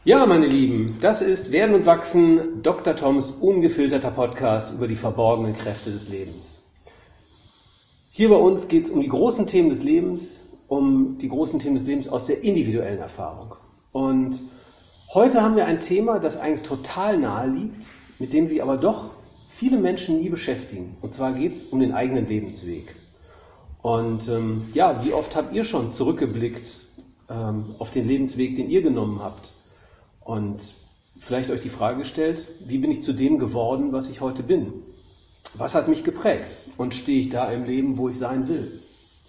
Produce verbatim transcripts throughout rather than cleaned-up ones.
Ja, meine Lieben, das ist Werden und Wachsen, Doktor Toms ungefilterter Podcast über die verborgenen Kräfte des Lebens. Hier bei uns geht es um die großen Themen des Lebens, um die großen Themen des Lebens aus der individuellen Erfahrung. Und heute haben wir ein Thema, das eigentlich total nahe liegt, mit dem sich aber doch viele Menschen nie beschäftigen. Und zwar geht es um den eigenen Lebensweg. Und ähm, ja, wie oft habt ihr schon zurückgeblickt ähm, auf den Lebensweg, den ihr genommen habt? Und vielleicht euch die Frage gestellt, wie bin ich zu dem geworden, was ich heute bin? Was hat mich geprägt? Und stehe ich da im Leben, wo ich sein will?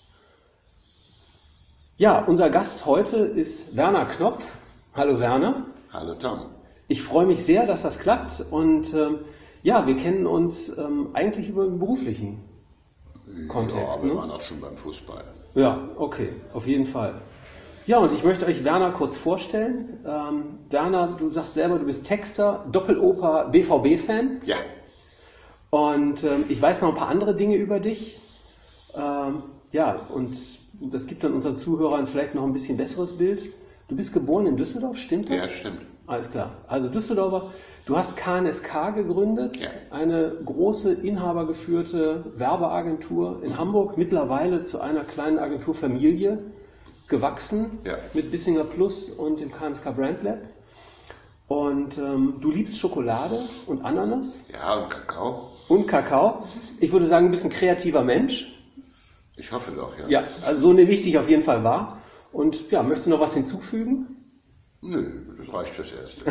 Ja, unser Gast heute ist Werner Knopf. Hallo Werner. Hallo Tom. Ich freue mich sehr, dass das klappt. Und ähm, ja, wir kennen uns ähm, eigentlich über den beruflichen Kontext. Ja, aber wir ne? waren auch schon beim Fußball. Ja, okay, auf jeden Fall. Ja, und ich möchte euch Werner kurz vorstellen. Ähm, Werner, du sagst selber, du bist Texter, Doppeloper, B V B-Fan. Ja. Und ähm, ich weiß noch ein paar andere Dinge über dich. Ähm, ja, und das gibt dann unseren Zuhörern vielleicht noch ein bisschen besseres Bild. Du bist geboren in Düsseldorf, stimmt das? Ja, stimmt. Alles klar. Also Düsseldorfer, du hast K N S K gegründet, Ja. eine große inhabergeführte Werbeagentur in Hamburg, mittlerweile zu einer kleinen Agenturfamilie gewachsen, Ja. mit Bissinger Plus und dem K N S K Brand Lab. Und ähm, du liebst Schokolade und Ananas Ja, und Kakao? und Kakao. Ich würde sagen, du bist ein kreativer Mensch. Ich hoffe doch, ja. Ja, also so nehme ich dich auf jeden Fall wahr. Und ja, möchtest du noch was hinzufügen? Nö, das reicht fürs Erste.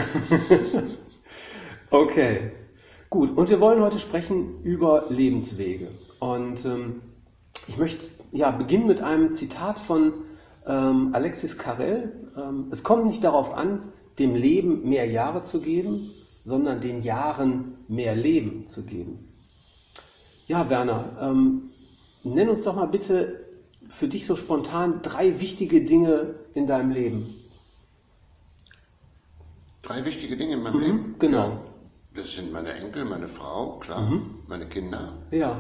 Okay, gut. Und wir wollen heute sprechen über Lebenswege. Und ähm, ich möchte ja beginnen mit einem Zitat von ähm, Alexis Carrel. Ähm, es kommt nicht darauf an, dem Leben mehr Jahre zu geben, sondern den Jahren mehr Leben zu geben. Ja, Werner, ähm, nenn uns doch mal bitte für dich so spontan drei wichtige Dinge in deinem Leben. Drei wichtige Dinge in meinem Mhm, Leben? genau. Ja, das sind meine Enkel, meine Frau, klar, Mhm. meine Kinder. Ja.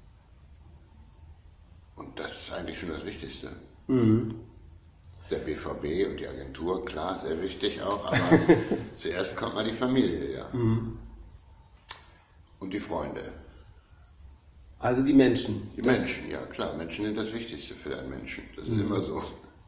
Und das ist eigentlich schon das Wichtigste. Mhm. Der B V B und die Agentur, klar, sehr wichtig auch, aber zuerst kommt mal die Familie, ja. Mhm. Und die Freunde. Also die Menschen. Die Das, Menschen, ja klar, Menschen sind das Wichtigste für einen Menschen. Das ist Mhm. immer so.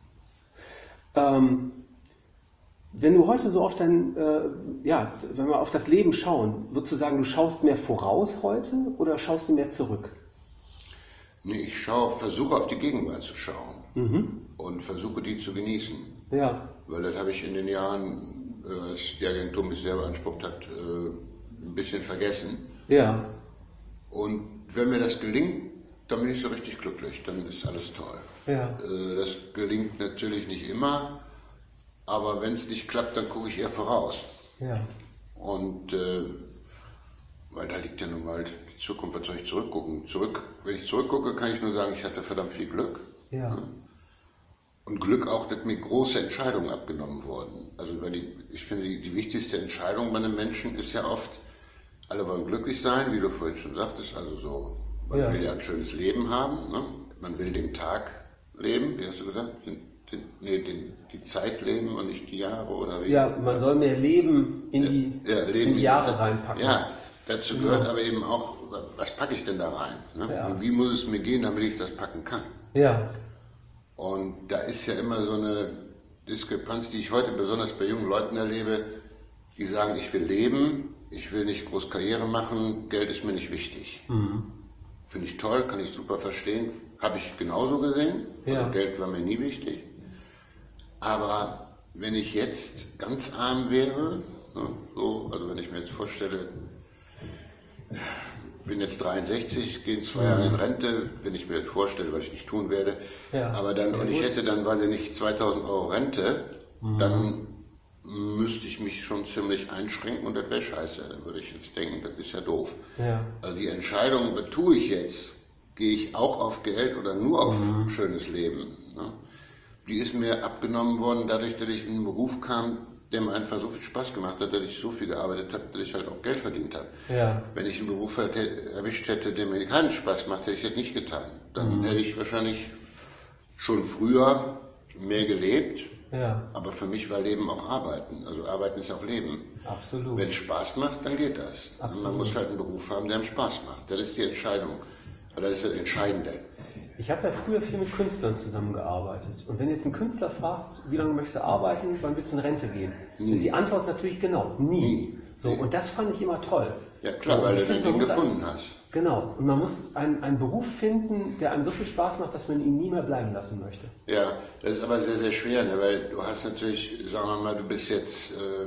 Ähm, wenn du heute so auf dein, äh, ja, wenn wir auf das Leben schauen, würdest du sagen, du schaust mehr voraus heute oder schaust du mehr zurück? Nee, ich schaue, versuche auf die Gegenwart zu schauen Mhm. und versuche die zu genießen. Ja. Weil das habe ich in den Jahren, äh, als die Agentur mich sehr beansprucht hat, äh, ein bisschen vergessen. Ja. Und wenn mir das gelingt, dann bin ich so richtig glücklich, dann ist alles toll. Ja. Äh, das gelingt natürlich nicht immer, aber wenn es nicht klappt, dann gucke ich eher voraus. Ja. Und äh, weil da liegt ja nun mal die Zukunft, was soll ich zurückgucken? Zurück, wenn ich zurückgucke, kann ich nur sagen, ich hatte verdammt viel Glück. Ja. Und Glück auch, dass mir große Entscheidungen abgenommen wurden. Also weil die, ich finde, die, die wichtigste Entscheidung bei einem Menschen ist ja oft, alle wollen glücklich sein, wie du vorhin schon sagtest, also so, man Ja. will ja ein schönes Leben haben, ne? Man will den Tag leben, wie hast du gesagt? Den, den, nee, den, die Zeit leben und nicht die Jahre oder wie? Ja, man soll mehr Leben in die, Ja, Leben in die in Jahre Zeit. reinpacken. Ja, dazu gehört aber eben auch, was packe ich denn da rein? Ne? Ja. Und wie muss es mir gehen, damit ich das packen kann? Ja. Und da ist ja immer so eine Diskrepanz, die ich heute besonders bei jungen Leuten erlebe, die sagen, ich will leben, ich will nicht groß Karriere machen, Geld ist mir nicht wichtig. Mhm. Finde ich toll, kann ich super verstehen, habe ich genauso gesehen, Ja. also Geld war mir nie wichtig. Aber wenn ich jetzt ganz arm wäre, ne, so, also wenn ich mir jetzt vorstelle, ich bin jetzt dreiundsechzig, gehe in zwei Jahre in Rente, wenn ich mir das vorstelle, was ich nicht tun werde, Ja. aber dann, und ich hätte dann, weil ich nicht zweitausend Euro Rente, dann müsste ich mich schon ziemlich einschränken und das wäre scheiße. Dann würde ich jetzt denken, das ist ja doof. Ja. Also die Entscheidung, was tue ich jetzt? Gehe ich auch auf Geld oder nur auf schönes Leben? Ne? Die ist mir abgenommen worden, dadurch, dass ich in einen Beruf kam, der mir einfach so viel Spaß gemacht hat, dass ich so viel gearbeitet habe, dass ich halt auch Geld verdient habe. Ja. Wenn ich einen Beruf hätte, erwischt hätte, der mir keinen Spaß macht, hätte ich das nicht getan. Dann hätte ich wahrscheinlich schon früher mehr gelebt Ja. Aber für mich war Leben auch Arbeiten. Also Arbeiten ist auch Leben. Absolut. Wenn es Spaß macht, dann geht das. Absolut. Man muss halt einen Beruf haben, der einem Spaß macht. Das ist die Entscheidung. Das ist das Entscheidende. Ich habe ja früher viel mit Künstlern zusammengearbeitet. Und wenn du jetzt einen Künstler fragst, wie lange möchtest du arbeiten, wann willst du in Rente gehen? Nie. Ist die Antwort natürlich genau, nie. Nie. So, Nie. und das fand ich immer toll. Ja klar, So, weil du ich den finde, man Ding muss gefunden ein- hast. Genau. Und man muss einen, einen Beruf finden, der einem so viel Spaß macht, dass man ihn nie mehr bleiben lassen möchte. Ja, das ist aber sehr, sehr schwer, ne? Weil du hast natürlich, sagen wir mal, du bist jetzt äh,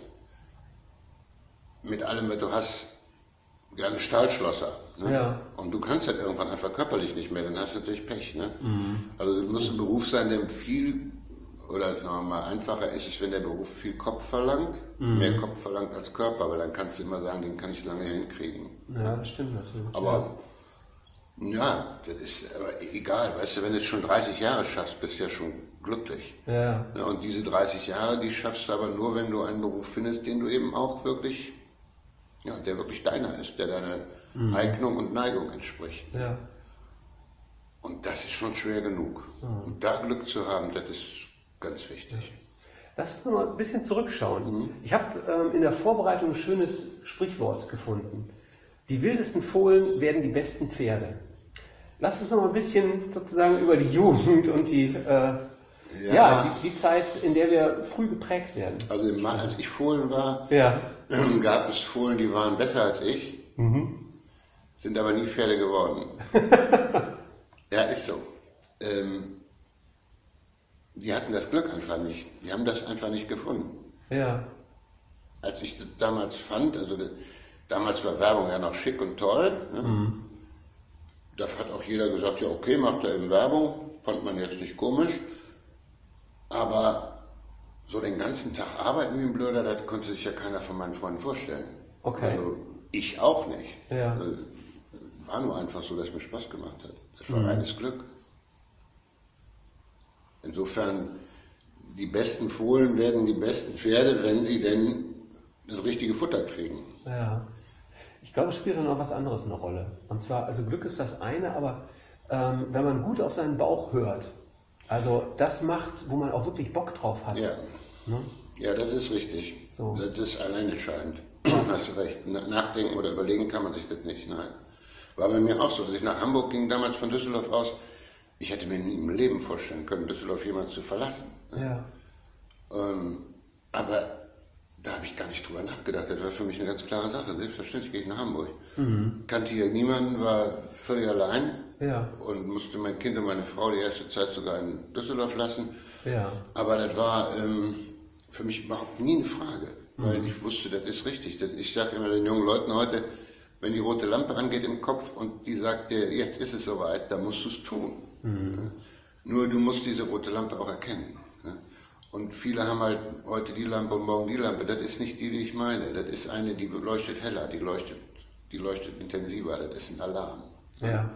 mit allem, was du hast, ja, ein Stahlschlosser. Ne? Ja. Und du kannst halt irgendwann einfach körperlich nicht mehr, dann hast du natürlich Pech. Ne? Mhm. Also du musst ein Beruf sein, der viel, oder sagen wir mal, einfacher ist es, wenn der Beruf viel Kopf verlangt, Mhm. mehr Kopf verlangt als Körper, weil dann kannst du immer sagen, den kann ich lange hinkriegen. Ja, das stimmt natürlich. Aber ja, das ist aber egal, weißt du, wenn du es schon dreißig Jahre schaffst, bist du ja schon glücklich. Ja. Ja, und diese dreißig Jahre, die schaffst du aber nur, wenn du einen Beruf findest, den du eben auch wirklich, ja, der wirklich deiner ist, der deiner Mhm. Eignung und Neigung entspricht. Ja. Und das ist schon schwer genug. Mhm. Und da Glück zu haben, das ist ganz wichtig. Lass uns noch mal ein bisschen zurückschauen. Mhm. Ich habe ähm, in der Vorbereitung ein schönes Sprichwort gefunden. Die wildesten Fohlen werden die besten Pferde. Lass uns noch mal ein bisschen sozusagen über die Jugend und die, äh, ja. Ja. die, die Zeit, in der wir früh geprägt werden. Also im Ma- als ich Fohlen war, Ja. gab es Fohlen, die waren besser als ich, Mhm. sind aber nie Pferde geworden. Ja, ist so. Ähm, die hatten das Glück einfach nicht. Die haben das einfach nicht gefunden. Ja. Als ich das damals fand, also das, damals war Werbung ja noch schick und toll. Ne? Mhm. Da hat auch jeder gesagt, ja okay, macht er eben Werbung, fand man jetzt nicht komisch. Aber so den ganzen Tag arbeiten wie ein Blöder, das konnte sich ja keiner von meinen Freunden vorstellen. Okay. Also ich auch nicht. Ja. Also, war nur einfach so, dass es mir Spaß gemacht hat. Das war Mhm. reines Glück. Insofern, die besten Fohlen werden die besten Pferde, wenn sie denn das richtige Futter kriegen. Ja. Ich glaube, es spielt noch was anderes eine Rolle. Und zwar, also Glück ist das eine, aber ähm, wenn man gut auf seinen Bauch hört, also das macht, wo man auch wirklich Bock drauf hat. Ja, Ne? ja, das ist richtig. So. Das ist allein entscheidend. Hast du recht. Na- Nachdenken oder überlegen kann man sich das nicht. Nein. War bei mir auch so. Als ich nach Hamburg ging, damals von Düsseldorf aus, ich hätte mir nie im Leben vorstellen können, Düsseldorf jemals zu verlassen. Ja. Ähm, aber da habe ich gar nicht drüber nachgedacht. Das war für mich eine ganz klare Sache. Selbstverständlich gehe ich nach Hamburg. Mhm. Kannte hier niemanden, war völlig allein Ja. und musste mein Kind und meine Frau die erste Zeit sogar in Düsseldorf lassen. Ja. Aber das war ähm, für mich überhaupt nie eine Frage, weil Mhm. ich wusste, das ist richtig. Das, ich sage immer den jungen Leuten heute, wenn die rote Lampe angeht im Kopf und die sagt dir, jetzt ist es soweit, dann musst du es tun. Mhm. Nur du musst diese rote Lampe auch erkennen. Ne? Und viele haben halt heute die Lampe und morgen die Lampe. Das ist nicht die, die ich meine. Das ist eine, die leuchtet heller, die leuchtet, die leuchtet intensiver. Das ist ein Alarm. Ja.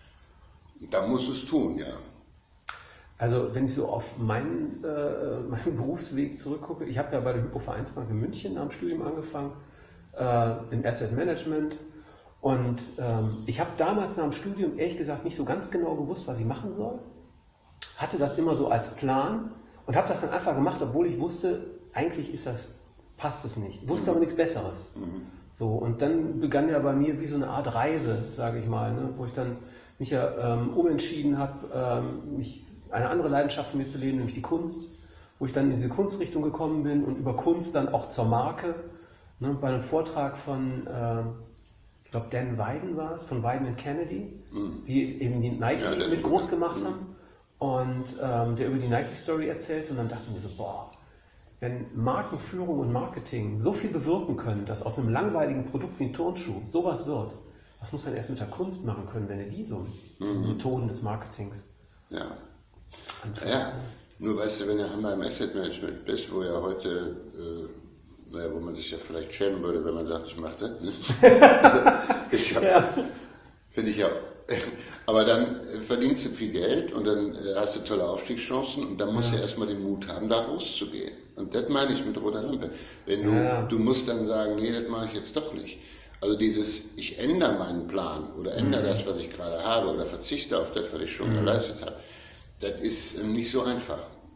Da musst du es tun, ja. Also wenn ich so auf meinen, äh, meinen Berufsweg zurückgucke, ich habe ja bei der Hypo-Vereinsbank in München am Studium angefangen, äh, in Asset Management. Und ähm, ich habe damals nach dem Studium ehrlich gesagt nicht so ganz genau gewusst, was ich machen soll. Hatte das immer so als Plan und habe das dann einfach gemacht, obwohl ich wusste, eigentlich ist das, passt es nicht. Wusste Mhm. aber nichts Besseres. Mhm. So, und dann begann ja bei mir wie so eine Art Reise, sage ich mal, ne, wo ich dann mich ja ähm, umentschieden habe, ähm, mich eine andere Leidenschaft von mir zu leben, nämlich die Kunst, wo ich dann in diese Kunstrichtung gekommen bin und über Kunst dann auch zur Marke. Ne, bei einem Vortrag von, ähm, ich glaube, Dan Weiden war es, von Weiden und Kennedy, Mhm. die eben die Nike Ja, der- mit groß gemacht Mhm. haben und ähm, der über die Nike-Story erzählt und dann dachte ich mir so, boah, wenn Markenführung und Marketing so viel bewirken können, dass aus einem langweiligen Produkt wie ein Turnschuh sowas wird, was muss dann erst mit der Kunst machen können, wenn er die so Mhm. Methoden des Marketings Ja. anfasst? Ja, nur weißt du, wenn du einmal im Asset Management bist, wo ja heute, äh, naja, wo man sich ja vielleicht schämen würde, wenn man sagt, ich mache das, ne? ist ja, Ja. finde ich ja. Aber dann äh, verdienst du viel Geld und dann äh, hast du tolle Aufstiegschancen und dann musst Ja. du erstmal den Mut haben, da rauszugehen. Und das meine ich mit roter Lampe. Wenn du, Ja. du musst dann sagen, nee, das mache ich jetzt doch nicht. Also dieses, ich ändere meinen Plan oder ändere Mhm. das, was ich gerade habe oder verzichte auf das, was ich schon Mhm. geleistet habe, das ist äh, nicht so einfach.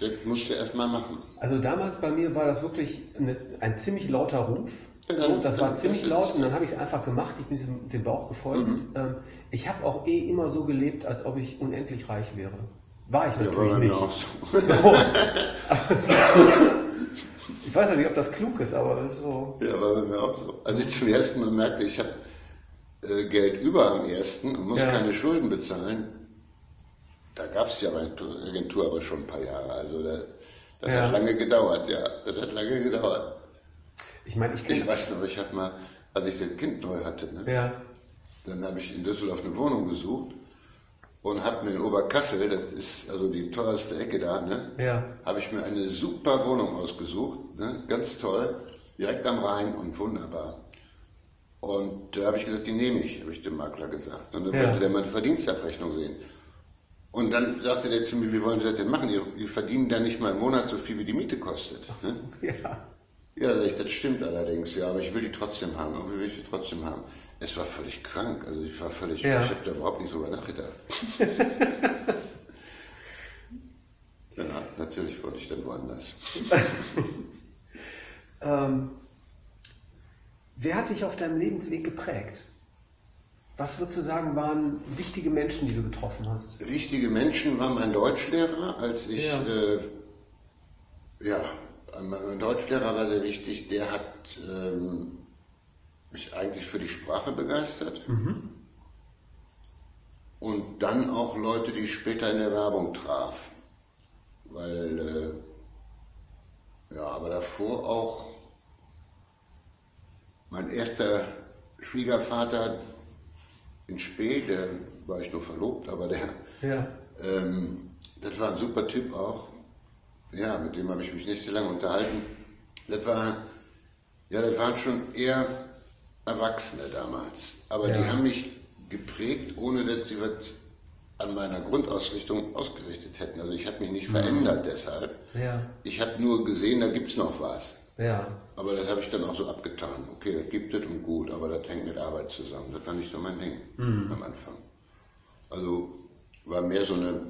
das musst du erst mal machen. Also damals bei mir war das wirklich eine, ein ziemlich lauter Ruf. Ja, dann, so, das dann, war ziemlich das laut ist, und dann habe ich es einfach gemacht, ich bin diesem, dem Bauch gefolgt. Mhm. Ähm, ich habe auch eh immer so gelebt, als ob ich unendlich reich wäre. War ich natürlich ja, war bei nicht. mir auch so. So. Aber es, ich weiß ja nicht, ob das klug ist, aber es ist so. Ja, war bei mir auch so. Als ich zum ersten Mal merkte, ich habe äh, Geld über am ersten und muss Ja. keine Schulden bezahlen, da gab es die Agentur aber schon ein paar Jahre. Also da, das Ja. hat lange gedauert, ja. Das hat lange gedauert. Ich meine, ich Ich kenne. weiß noch, ich habe mal, als ich das Kind neu hatte, ne, Ja, dann habe ich in Düsseldorf eine Wohnung gesucht und habe mir in Oberkassel, das ist also die teuerste Ecke da, ne, ja, habe ich mir eine super Wohnung ausgesucht, ne, ganz toll, direkt am Rhein und wunderbar. Und da habe ich gesagt, die nehme ich, habe ich dem Makler gesagt. Und dann Ja. wollte der meine Verdienstabrechnung sehen. Und dann sagte der zu mir, wie wollen Sie das denn machen? Die, die verdienen da nicht mal im Monat so viel, wie die Miete kostet. Ne? ja. Ja, sag ich, das stimmt allerdings, ja, aber ich will die trotzdem haben. Und wie will ich sie trotzdem haben? Es war völlig krank, also ich war völlig, Ja. ich habe da überhaupt nicht drüber nachgedacht. Ja, natürlich wollte ich dann woanders. Ähm, wer hat dich auf deinem Lebensweg geprägt? Was würdest du sagen, waren wichtige Menschen, die du getroffen hast? Wichtige Menschen war mein Deutschlehrer, als ich, Ja. äh, ja, mein Deutschlehrer war sehr wichtig, der hat ähm, mich eigentlich für die Sprache begeistert. Mhm. Und dann auch Leute, die ich später in der Werbung traf. Weil, äh, ja, aber davor auch mein erster Schwiegervater in Spee, der war ich nur verlobt, aber der, Ja, ähm, das war ein super Typ auch. Ja, mit dem habe ich mich nicht so lange unterhalten. Das war, ja, das waren schon eher Erwachsene damals. Aber Ja. die haben mich geprägt, ohne dass sie was an meiner Grundausrichtung ausgerichtet hätten. Also ich habe mich nicht verändert deshalb. ja, Ich habe nur gesehen, da gibt es noch was. ja, Aber das habe ich dann auch so abgetan. Okay, das gibt es und gut, aber das hängt mit Arbeit zusammen. Das war nicht so mein Ding am Anfang. Also war mehr so eine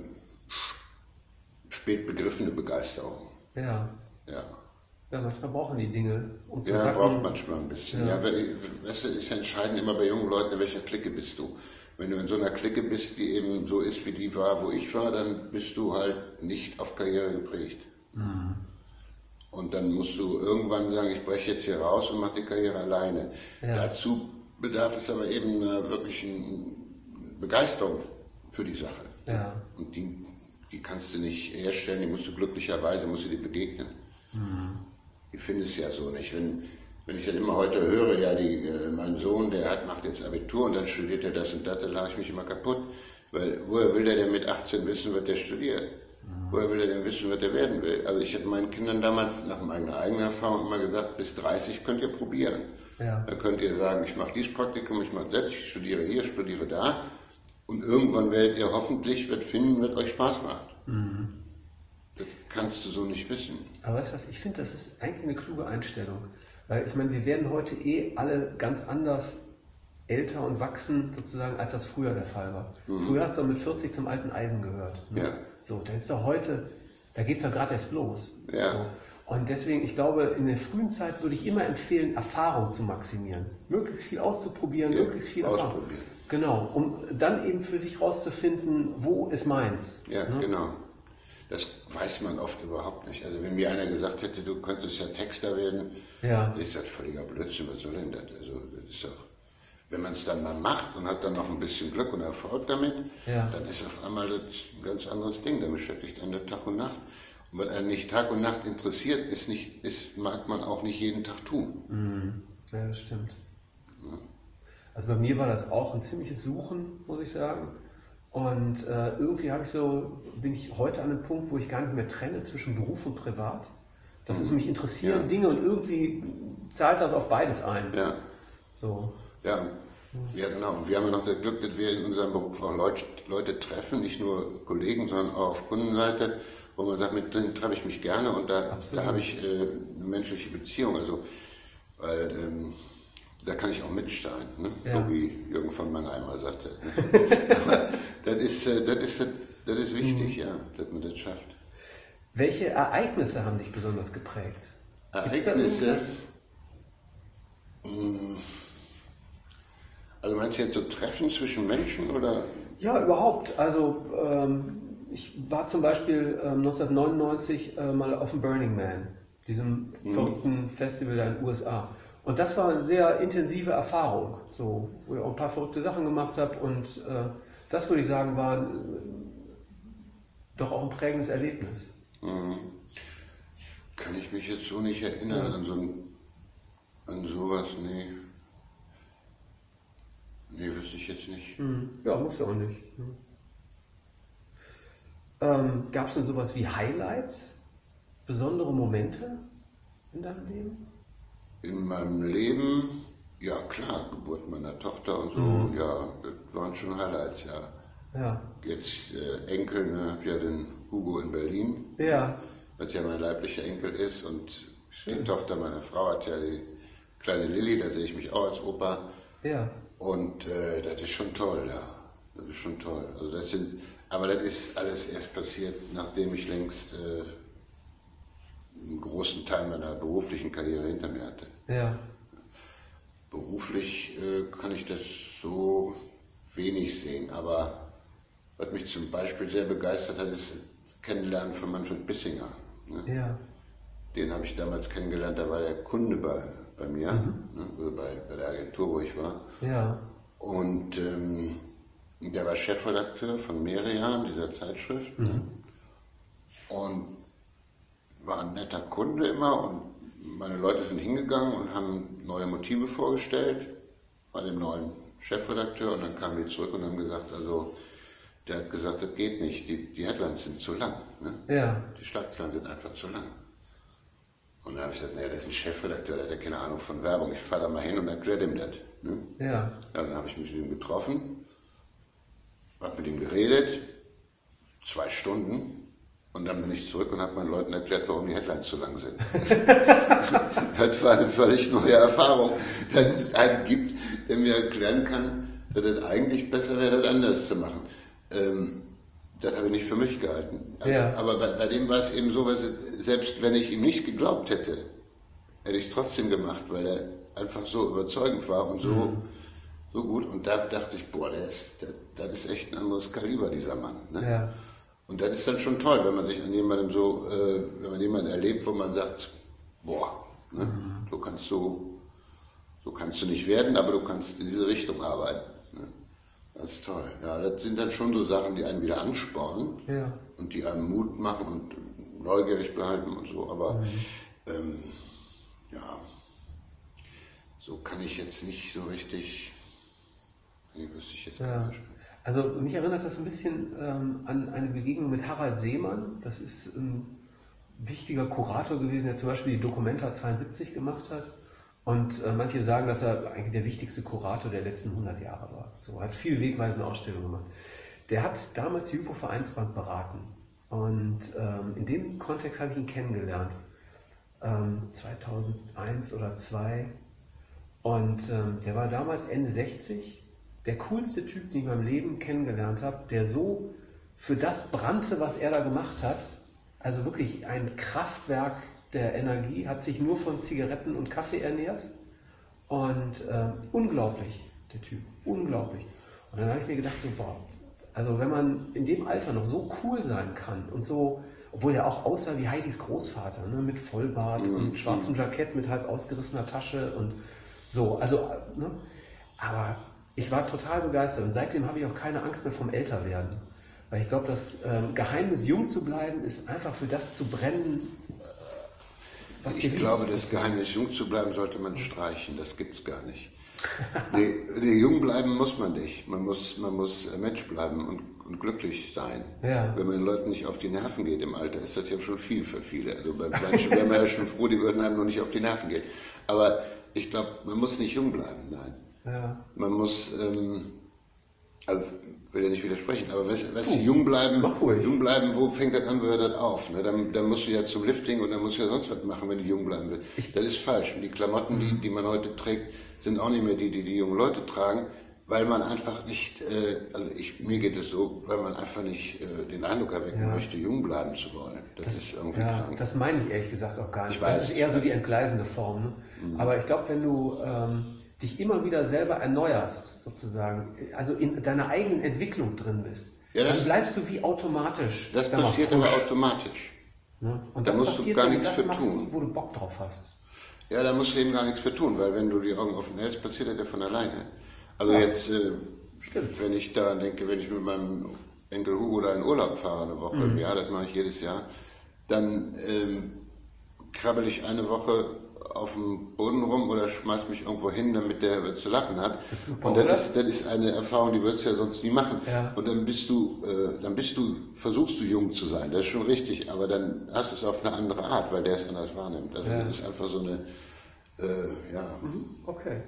spät begriffene Begeisterung. ja. Ja, Ja, manchmal brauchen die Dinge, um zu ja sacken. braucht manchmal ein bisschen. Ja. Ja. Ja, weißt du, ist ja entscheidend immer bei jungen Leuten, in welcher Clique bist du. Wenn du in so einer Clique bist, die eben so ist, wie die war, wo ich war, dann bist du halt nicht auf Karriere geprägt. Mhm. Und dann musst du irgendwann sagen, ich breche jetzt hier raus und mache die Karriere alleine. Ja. Dazu bedarf es aber eben einer wirklichen Begeisterung für die Sache. Ja. Und die, die kannst du nicht herstellen, die musst du glücklicherweise, musst du dir begegnen. Mhm. Die findest du ja so nicht. Wenn, wenn ich dann immer heute höre, ja, die, äh, mein Sohn, der hat, macht jetzt Abitur und dann studiert er das und das, dann lache ich mich immer kaputt. Weil woher will der denn mit achtzehn wissen, was der studiert? Woher will er denn wissen, was er werden will? Also ich habe meinen Kindern damals nach meiner eigenen Erfahrung immer gesagt, bis dreißig könnt ihr probieren. Ja. Dann könnt ihr sagen, ich mache dieses Praktikum, ich mache das, ich studiere hier, studiere da. Und irgendwann werdet ihr hoffentlich was finden, was euch Spaß macht. Mhm. Das kannst du so nicht wissen. Aber weißt du was, ich finde, das ist eigentlich eine kluge Einstellung. Weil ich meine, wir werden heute eh alle ganz anders älter und wachsen, sozusagen, als das früher der Fall war. Mhm. Früher hast du mit vierzig zum alten Eisen gehört. Ne? Ja. So, da ist doch heute, da geht es doch gerade erst los. Ja. So. Und deswegen, ich glaube, in der frühen Zeit würde ich immer empfehlen, Erfahrung zu maximieren. Möglichst viel auszuprobieren, Ja, möglichst viel Erfahrung. ausprobieren. Genau, um dann eben für sich rauszufinden, wo ist meins. Ja, Ne? genau. Das weiß man oft überhaupt nicht. Also wenn mir einer gesagt hätte, du könntest ja Texter werden, Ja. ist das völliger Blödsinn, was soll denn das? Also das ist doch, wenn man es dann mal macht und hat dann noch ein bisschen Glück und Erfolg damit, Ja. dann ist auf einmal das ein ganz anderes Ding. Dann beschäftigt einen Tag und Nacht. Und was einen nicht Tag und Nacht interessiert, ist nicht, ist, mag man auch nicht jeden Tag tun. Mhm. Ja, das stimmt. Also bei mir war das auch ein ziemliches Suchen, muss ich sagen. Und äh, irgendwie habe ich so, bin ich heute an einem Punkt, wo ich gar nicht mehr trenne zwischen Beruf und Privat. Das ist mich interessieren Ja. Dinge und irgendwie zahlt das auf beides ein. Ja, So. ja, ja genau. Und wir haben ja noch das Glück, dass wir in unserem Beruf auch Leute, Leute treffen, nicht nur Kollegen, sondern auch auf Kundenseite, wo man sagt, mit denen treffe ich mich gerne und da, Absolut. da habe ich äh, eine menschliche Beziehung. Also, weil ähm, da kann ich auch mitsteuern, ne? Ja. So wie Jürgen von Mannheim mal sagte. Ne? Aber das ist, äh, das, ist, das ist wichtig, ja, dass man das schafft. Welche Ereignisse haben dich besonders geprägt? Ereignisse? Also meinst du jetzt so Treffen zwischen Menschen oder? Ja, überhaupt. Also ähm, ich war zum Beispiel ähm, neunzehnhundertneunundneunzig äh, mal auf dem Burning Man, diesem mhm. verrückten Festival da in den U S A. Und das war eine sehr intensive Erfahrung, so, wo ich auch ein paar verrückte Sachen gemacht habe. Und äh, das würde ich sagen, war äh, doch auch ein prägendes Erlebnis. Mhm. Kann ich mich jetzt so nicht erinnern ja. an, so ein, an sowas, nee. Nee, wüsste ich jetzt nicht. Mhm. Ja, muss ja auch nicht. Mhm. Ähm, Gab es denn sowas wie Highlights? Besondere Momente in deinem Leben? In meinem Leben, ja klar, Geburt meiner Tochter und so, mhm. ja, das waren schon Highlights, ja. ja. Jetzt äh, Enkel, ne, hab ja den Hugo in Berlin, ja. was ja mein leiblicher Enkel ist, und Schön. Die Tochter meiner Frau hat ja die kleine Lilly, da sehe ich mich auch als Opa. Ja. Und äh, das ist schon toll, ja. Das ist schon toll. Also das sind, aber das ist alles erst passiert, nachdem ich längst äh, einen großen Teil meiner beruflichen Karriere hinter mir hatte. Ja. Beruflich äh, kann ich das so wenig sehen, aber was mich zum Beispiel sehr begeistert hat, ist das Kennenlernen von Manfred Bissinger. Ne? Ja. Den habe ich damals kennengelernt, da war der Kunde bei, bei mir, mhm. ne? Also bei, bei der Agentur, wo ich war. Ja. Und ähm, der war Chefredakteur von Merian, dieser Zeitschrift. Mhm. Ne? Und war ein netter Kunde immer, und meine Leute sind hingegangen und haben neue Motive vorgestellt bei dem neuen Chefredakteur, und dann kamen die zurück und haben gesagt, also der hat gesagt, das geht nicht, die, die Headlines sind zu lang. Ne? Ja. Die Schlagzeilen sind einfach zu lang. Und dann habe ich gesagt, naja, das ist ein Chefredakteur, der hat ja keine Ahnung von Werbung, ich fahre da mal hin und erkläre dem das. Ne? Ja. Ja, dann habe ich mich mit ihm getroffen, habe mit ihm geredet, zwei Stunden, und dann bin ich zurück und habe meinen Leuten erklärt, warum die Headlines zu lang sind. Das war eine völlig neue Erfahrung, dass es einen gibt, der mir erklären kann, dass es eigentlich besser wäre, das anders zu machen. Ähm, das habe ich nicht für mich gehalten. Ja. Aber bei, bei dem war es eben so, was, selbst wenn ich ihm nicht geglaubt hätte, hätte ich es trotzdem gemacht, weil er einfach so überzeugend war und so, mhm. so gut. Und da dachte ich, boah, der ist, der, das ist echt ein anderes Kaliber, dieser Mann. Ne? Ja. Und das ist dann schon toll, wenn man sich an jemandem so, äh, wenn man jemanden erlebt, wo man sagt, boah, ne? mhm. so kannst du, so kannst du nicht werden, aber du kannst in diese Richtung arbeiten. Ne? Das ist toll. Ja, das sind dann schon so Sachen, die einen wieder anspornen ja. und die einem Mut machen und neugierig bleiben und so. Aber mhm. ähm, ja, so kann ich jetzt nicht so richtig. Nee, wüsste ich jetzt ja. gar nicht. Also mich erinnert das ein bisschen ähm, an eine Begegnung mit Harald Seemann. Das ist ein wichtiger Kurator gewesen, der zum Beispiel die Documenta zweiundsiebzig gemacht hat. Und äh, manche sagen, dass er eigentlich der wichtigste Kurator der letzten hundert Jahre war. So, hat viel wegweisende Ausstellungen gemacht. Der hat damals die Hypo Vereinsbank beraten. Und ähm, in dem Kontext habe ich ihn kennengelernt. Ähm, zweitausendeins oder zweitausendzwei. Und ähm, der war damals Ende sechzig. Der coolste Typ, den ich in meinem Leben kennengelernt habe, der so für das brannte, was er da gemacht hat, also wirklich ein Kraftwerk der Energie, hat sich nur von Zigaretten und Kaffee ernährt und äh, unglaublich, der Typ, unglaublich. Und dann habe ich mir gedacht, so, boah, also wenn man in dem Alter noch so cool sein kann und so, obwohl er auch aussah wie Heidis Großvater, ne, mit Vollbart mhm. und schwarzem Jackett mit halb ausgerissener Tasche und so, also, ne, aber ich war total begeistert und seitdem habe ich auch keine Angst mehr vom Älterwerden. Weil ich glaube, das ähm, Geheimnis, jung zu bleiben, ist einfach für das zu brennen, was ich glaube, das Geheimnis, jung zu bleiben, sollte man streichen. Das gibt es gar nicht. nee, nee, jung bleiben muss man nicht. Man muss, man muss Mensch bleiben und, und glücklich sein. Ja. Wenn man den Leuten nicht auf die Nerven geht im Alter, ist das ja schon viel für viele. Also bei manchen wären wir ja schon froh, die würden einem nur nicht auf die Nerven gehen. Aber ich glaube, man muss nicht jung bleiben, nein. Ja. Man muss, ähm, also will ja nicht widersprechen, aber weißt, weißt du, jung bleiben, jung bleiben, wo fängt das an, wo hört das auf? Ne? Dann, dann musst du ja zum Lifting und dann musst du ja sonst was machen, wenn du jung bleiben willst. Das ist falsch. Und die Klamotten, die, die man heute trägt, sind auch nicht mehr die, die die jungen Leute tragen, weil man einfach nicht, äh, also ich, mir geht es so, weil man einfach nicht äh, den Eindruck erwecken Ja. möchte, jung bleiben zu wollen. Das, Das, ist irgendwie ja, krank. das meine ich ehrlich gesagt auch gar nicht. Ich weiß, das ist eher ich so die weiß. entgleisende Form. Ne? Mhm. Aber ich glaube, wenn du ähm, dich immer wieder selber erneuerst, sozusagen, also in deiner eigenen Entwicklung drin bist, ja, das, dann bleibst du wie automatisch. Das passiert aber automatisch. Ne? Und da das musst passiert, du gar wenn nichts du das für machst, tun. wo du Bock drauf hast. Ja, da musst du eben gar nichts für tun, weil wenn du die Augen offen hältst, passiert das ja von alleine. Also ja. jetzt, äh, wenn ich daran denke, wenn ich mit meinem Enkel Hugo da in Urlaub fahre eine Woche mhm. im Jahr, das mache ich jedes Jahr, dann ähm, krabbel ich eine Woche auf dem Boden rum oder schmeiß mich irgendwo hin, damit der zu lachen hat. Das super, und das ist, das ist eine Erfahrung, die würdest du ja sonst nie machen. Ja. Und dann bist du, äh, dann bist du, versuchst du jung zu sein, das ist schon richtig, aber dann hast du es auf eine andere Art, weil der es anders wahrnimmt. Also ja. das ist einfach so eine, äh, ja. Okay.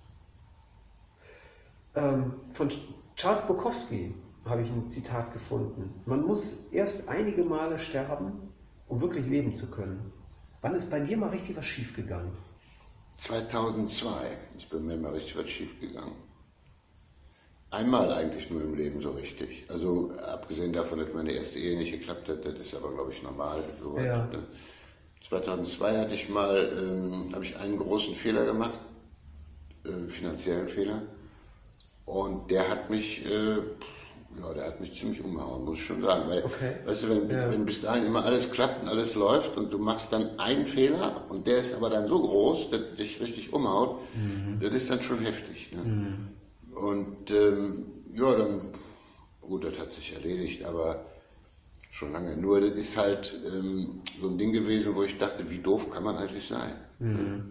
Ähm, von Charles Bukowski habe ich ein Zitat gefunden. Man muss erst einige Male sterben, um wirklich leben zu können. Wann ist bei dir mal richtig was schiefgegangen? zweitausendzwei ist bei mir mal richtig was schiefgegangen. Einmal eigentlich nur im Leben so richtig. Also abgesehen davon, dass meine erste Ehe nicht geklappt hat, das ist aber, glaube ich, normal. So ja. zweitausendzwei hatte ich mal, ähm, habe ich einen großen Fehler gemacht, äh, finanziellen Fehler. Und der hat mich, äh, ja, der hat mich ziemlich umgehauen, muss ich schon sagen. Weil, okay. weißt du, wenn, ja. wenn bis dahin immer alles klappt und alles läuft und du machst dann einen Fehler und der ist aber dann so groß, dass dich richtig umhaut, mhm. das ist dann schon heftig. Ne? Mhm. Und ähm, ja, dann, gut, das hat sich erledigt, aber schon lange. Nur das ist halt ähm, so ein Ding gewesen, wo ich dachte, wie doof kann man eigentlich sein? Mhm. Ne?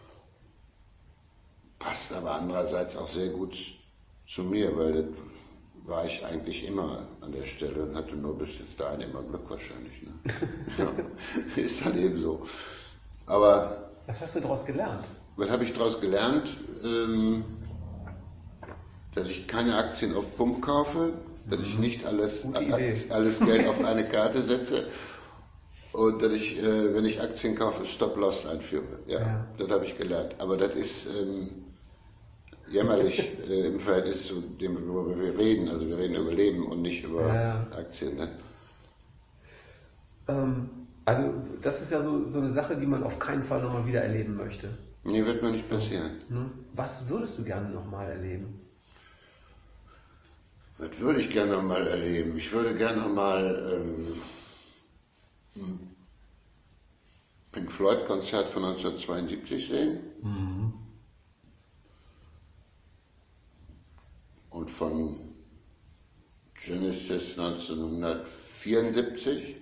Passt aber andererseits auch sehr gut zu mir, weil das war ich eigentlich immer an der Stelle und hatte nur bis jetzt dahin immer Glück wahrscheinlich. Ne? Ja, ist dann eben so. Aber was hast du daraus gelernt? Was habe ich daraus gelernt? Ähm, dass ich keine Aktien auf Pump kaufe, dass ich nicht alles, alles, alles Geld auf eine Karte setze und dass ich, äh, wenn ich Aktien kaufe, Stop-Loss einführe. Ja, ja. Das habe ich gelernt. Aber das ist ähm, jämmerlich äh, im Verhältnis zu dem, worüber wir reden. Also wir reden über Leben und nicht über ja. Aktien. Ne? Ähm, also das ist ja so, so eine Sache, die man auf keinen Fall nochmal wieder erleben möchte. Nee, wird mir nicht passieren. So, ne? Was würdest du gerne nochmal erleben? Was würde ich gerne nochmal erleben? Ich würde gerne nochmal ähm, Pink Floyd Konzert von neunzehnhundertzweiundsiebzig sehen. Mhm. Und von Genesis neunzehnhundertvierundsiebzig.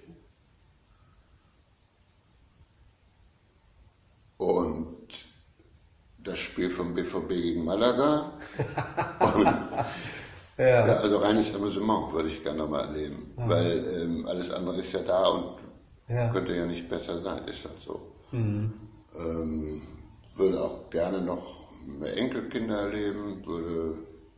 Und das Spiel vom B V B gegen Malaga. Und, ja. Ja, also reines Amüsement würde ich gerne nochmal erleben. Mhm. Weil ähm, alles andere ist ja da und ja. könnte ja nicht besser sein, ist halt so. Mhm. Ähm, würde auch gerne noch mehr Enkelkinder erleben, würde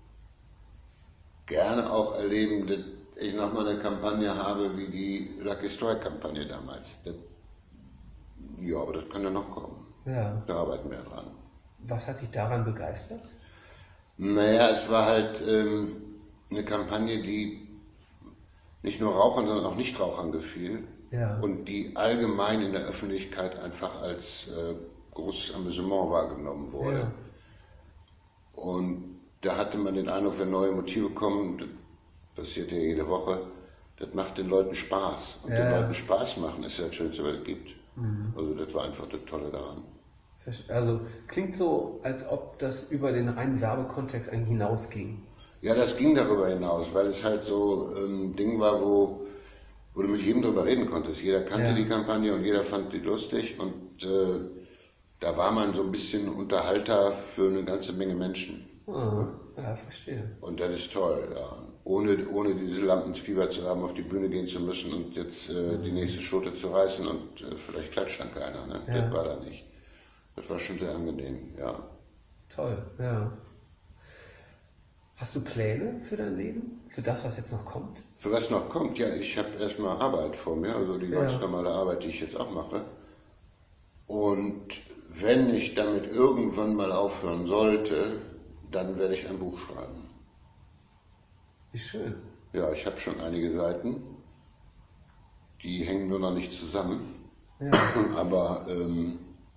gerne auch erleben, dass ich nochmal eine Kampagne habe wie die Lucky Strike Kampagne damals. Das, ja, aber das kann ja noch kommen. Ja. Da arbeiten wir dran. Was hat dich daran begeistert? Naja, es war halt ähm, eine Kampagne, die nicht nur Rauchern, sondern auch Nichtrauchern gefiel. Ja. Und die allgemein in der Öffentlichkeit einfach als äh, großes Amüsement wahrgenommen wurde. Ja. Und da hatte man den Eindruck, wenn neue Motive kommen, das passiert ja jede Woche, das macht den Leuten Spaß. Und ja. den Leuten Spaß machen ist ja das Schönste, was es gibt. Mhm. Also das war einfach das Tolle daran. Also klingt so, als ob das über den reinen Werbekontext eigentlich hinausging. Ja, das ging darüber hinaus, weil es halt so ein ähm, Ding war, wo, wo du mit jedem drüber reden konntest. Jeder kannte ja. die Kampagne und jeder fand die lustig und äh, da war man so ein bisschen Unterhalter für eine ganze Menge Menschen. Oh, ja, verstehe. Und das ist toll, ja. Ohne, ohne diese Lampen ins Fieber zu haben, auf die Bühne gehen zu müssen und jetzt äh, die nächste Schote zu reißen und äh, vielleicht klatscht dann keiner. Ne? Ja. Das war da nicht. Das war schon sehr angenehm, ja. Toll, ja. Hast du Pläne für dein Leben? Für das, was jetzt noch kommt? Für was noch kommt? Ja, ich habe erstmal Arbeit vor mir, also die ja. ganz normale Arbeit, die ich jetzt auch mache. Und wenn ich damit irgendwann mal aufhören sollte, dann werde ich ein Buch schreiben. Wie schön. Ja, ich habe schon einige Seiten, die hängen nur noch nicht zusammen. Ja. Aber ähm,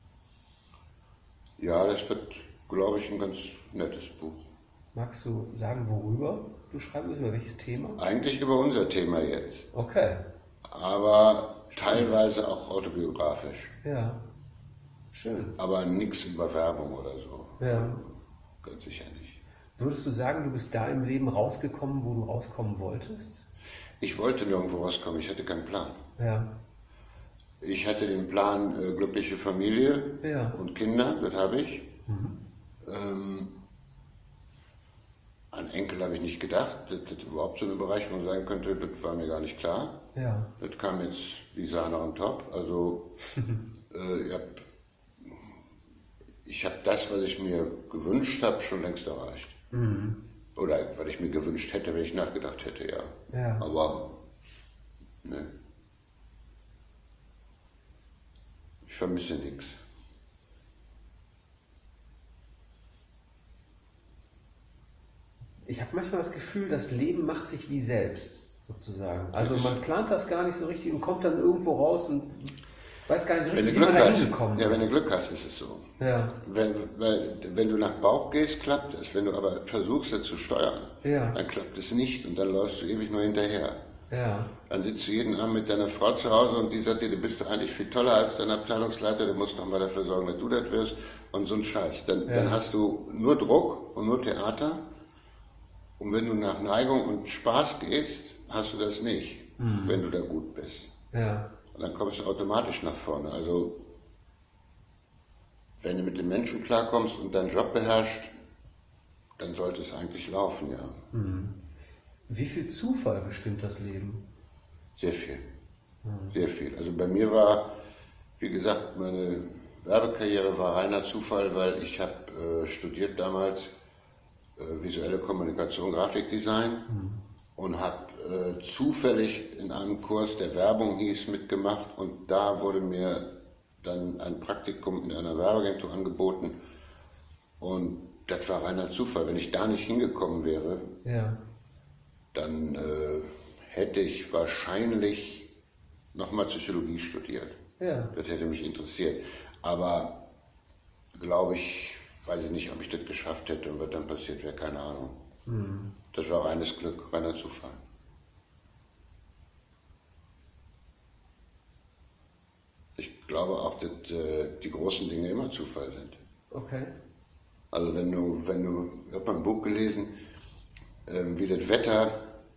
ja, das wird, glaube ich, ein ganz nettes Buch. Magst du sagen, worüber du schreiben willst, über welches Thema? Eigentlich über unser Thema jetzt. Okay. Aber teilweise auch autobiografisch. Ja. Schön. Aber nichts über Werbung oder so. Ja. Ganz sicher nicht. Würdest du sagen, du bist da im Leben rausgekommen, wo du rauskommen wolltest? Ich wollte nirgendwo rauskommen, ich hatte keinen Plan. Ja. Ich hatte den Plan, äh, glückliche Familie Ja. und Kinder, das habe ich. Mhm. Ähm, an Enkel habe ich nicht gedacht, dass das überhaupt so eine Bereicherung sein könnte, das war mir gar nicht klar. Ja. Das kam jetzt wie Sahne on top. Also äh, ich habe ich hab das, was ich mir gewünscht habe, schon längst erreicht. Mhm. Oder was ich mir gewünscht hätte, wenn ich nachgedacht hätte, ja. Ja. Aber ne. Ich vermisse nichts. Ich habe manchmal das Gefühl, das Leben macht sich wie selbst, sozusagen. Also man plant das gar nicht so richtig und kommt dann irgendwo raus und weiß gar nicht so Wenn du richtig, wie man Glück da hast, hingekommen ja, wenn du ist. Glück hast, ist es so. Ja. Wenn, weil, wenn du nach Bauch gehst, klappt es. Wenn du aber versuchst, es zu steuern, Ja. dann klappt es nicht und dann läufst du ewig nur hinterher. Ja. Dann sitzt du jeden Abend mit deiner Frau zu Hause und die sagt dir, du bist doch eigentlich viel toller als dein Abteilungsleiter, du musst doch mal dafür sorgen, dass du das wirst und so ein Scheiß. Dann, Ja. dann hast du nur Druck und nur Theater und wenn du nach Neigung und Spaß gehst, hast du das nicht, Mhm. wenn du da gut bist. Ja. Und dann kommst du automatisch nach vorne. Also wenn du mit den Menschen klarkommst und deinen Job beherrschst, dann sollte es eigentlich laufen, ja. Mhm. Wie viel Zufall bestimmt das Leben? Sehr viel. Sehr viel. Also bei mir war, wie gesagt, meine Werbekarriere war reiner Zufall, weil ich habe äh, studiert damals äh, visuelle Kommunikation, Grafikdesign mhm. und habe äh, zufällig in einem Kurs, der Werbung hieß, mitgemacht und da wurde mir dann ein Praktikum in einer Werbeagentur angeboten und das war reiner Zufall. Wenn ich da nicht hingekommen wäre, ja. dann äh, hätte ich wahrscheinlich nochmal Psychologie studiert. Ja. Das hätte mich interessiert. Aber glaube ich, weiß ich nicht, ob ich das geschafft hätte und was dann passiert wäre, keine Ahnung. Mhm. Das war reines Glück, reiner Zufall. Ich glaube auch, dass äh, die großen Dinge immer Zufall sind. Okay. Also wenn du, wenn du, ich habe mal ein Buch gelesen, äh, wie das Wetter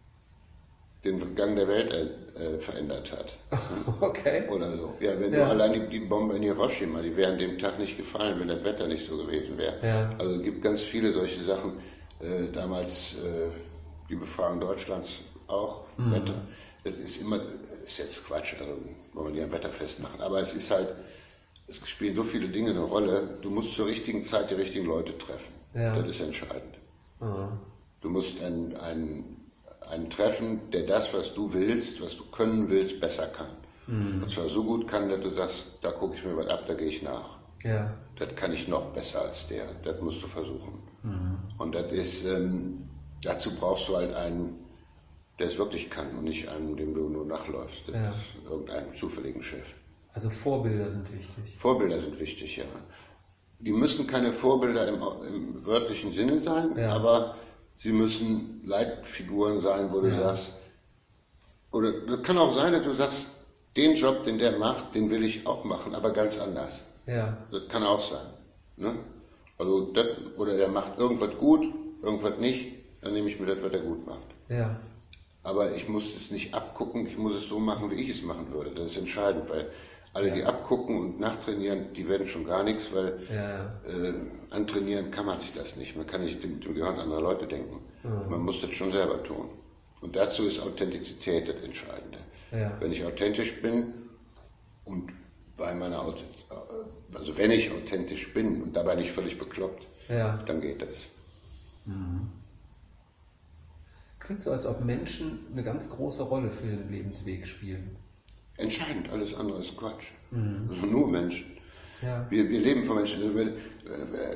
den Gang der Welt äh, verändert hat. Okay. Oder so. Ja, wenn Ja. du allein die, die Bombe in Hiroshima, die wäre an dem Tag nicht gefallen, wenn das Wetter nicht so gewesen wäre. Ja. Also es gibt ganz viele solche Sachen. Äh, damals äh, die Befragung Deutschlands auch, mhm. Wetter. Es ist immer, ist jetzt Quatsch, also wollen wir die am Wetter festmachen. Aber es ist halt, es spielen so viele Dinge eine Rolle. Du musst zur richtigen Zeit die richtigen Leute treffen. Ja. Das ist entscheidend. Mhm. Du musst ein, ein einen treffen, der das, was du willst, was du können willst, besser kann. Mhm. Und zwar so gut kann, dass du sagst, da gucke ich mir was ab, da gehe ich nach. Ja. Das kann ich noch besser als der, das musst du versuchen. Mhm. Und das ist, ähm, dazu brauchst du halt einen, der es wirklich kann und nicht einen, dem du nur nachläufst. Das ja. ist irgendeinen zufälligen Chef. Also Vorbilder sind wichtig. Vorbilder sind wichtig, ja. Die müssen keine Vorbilder im, im wörtlichen Sinne sein, ja. aber sie müssen Leitfiguren sein, wo du ja. sagst, oder das kann auch sein, dass du sagst, den Job, den der macht, den will ich auch machen, aber ganz anders. Ja. Das kann auch sein. Ne? Also das, oder der macht irgendwas gut, irgendwas nicht, dann nehme ich mir das, was er gut macht. Ja. Aber ich muss es nicht abgucken, ich muss es so machen, wie ich es machen würde. Das ist entscheidend, weil alle, ja. die abgucken und nachtrainieren, die werden schon gar nichts, weil ja. äh, antrainieren kann man sich das nicht. Man kann nicht dem, dem Gehirn anderer Leute denken. Mhm. Man muss das schon selber tun. Und dazu ist Authentizität das Entscheidende. Ja. Wenn ich authentisch bin und bei meiner also wenn ich authentisch bin und dabei nicht völlig bekloppt, ja. dann geht das. Mhm. Klingt so, als ob Menschen eine ganz große Rolle für den Lebensweg spielen. Entscheidend, alles andere ist Quatsch. Mhm. Also nur Menschen. Ja. Wir, wir leben von Menschen.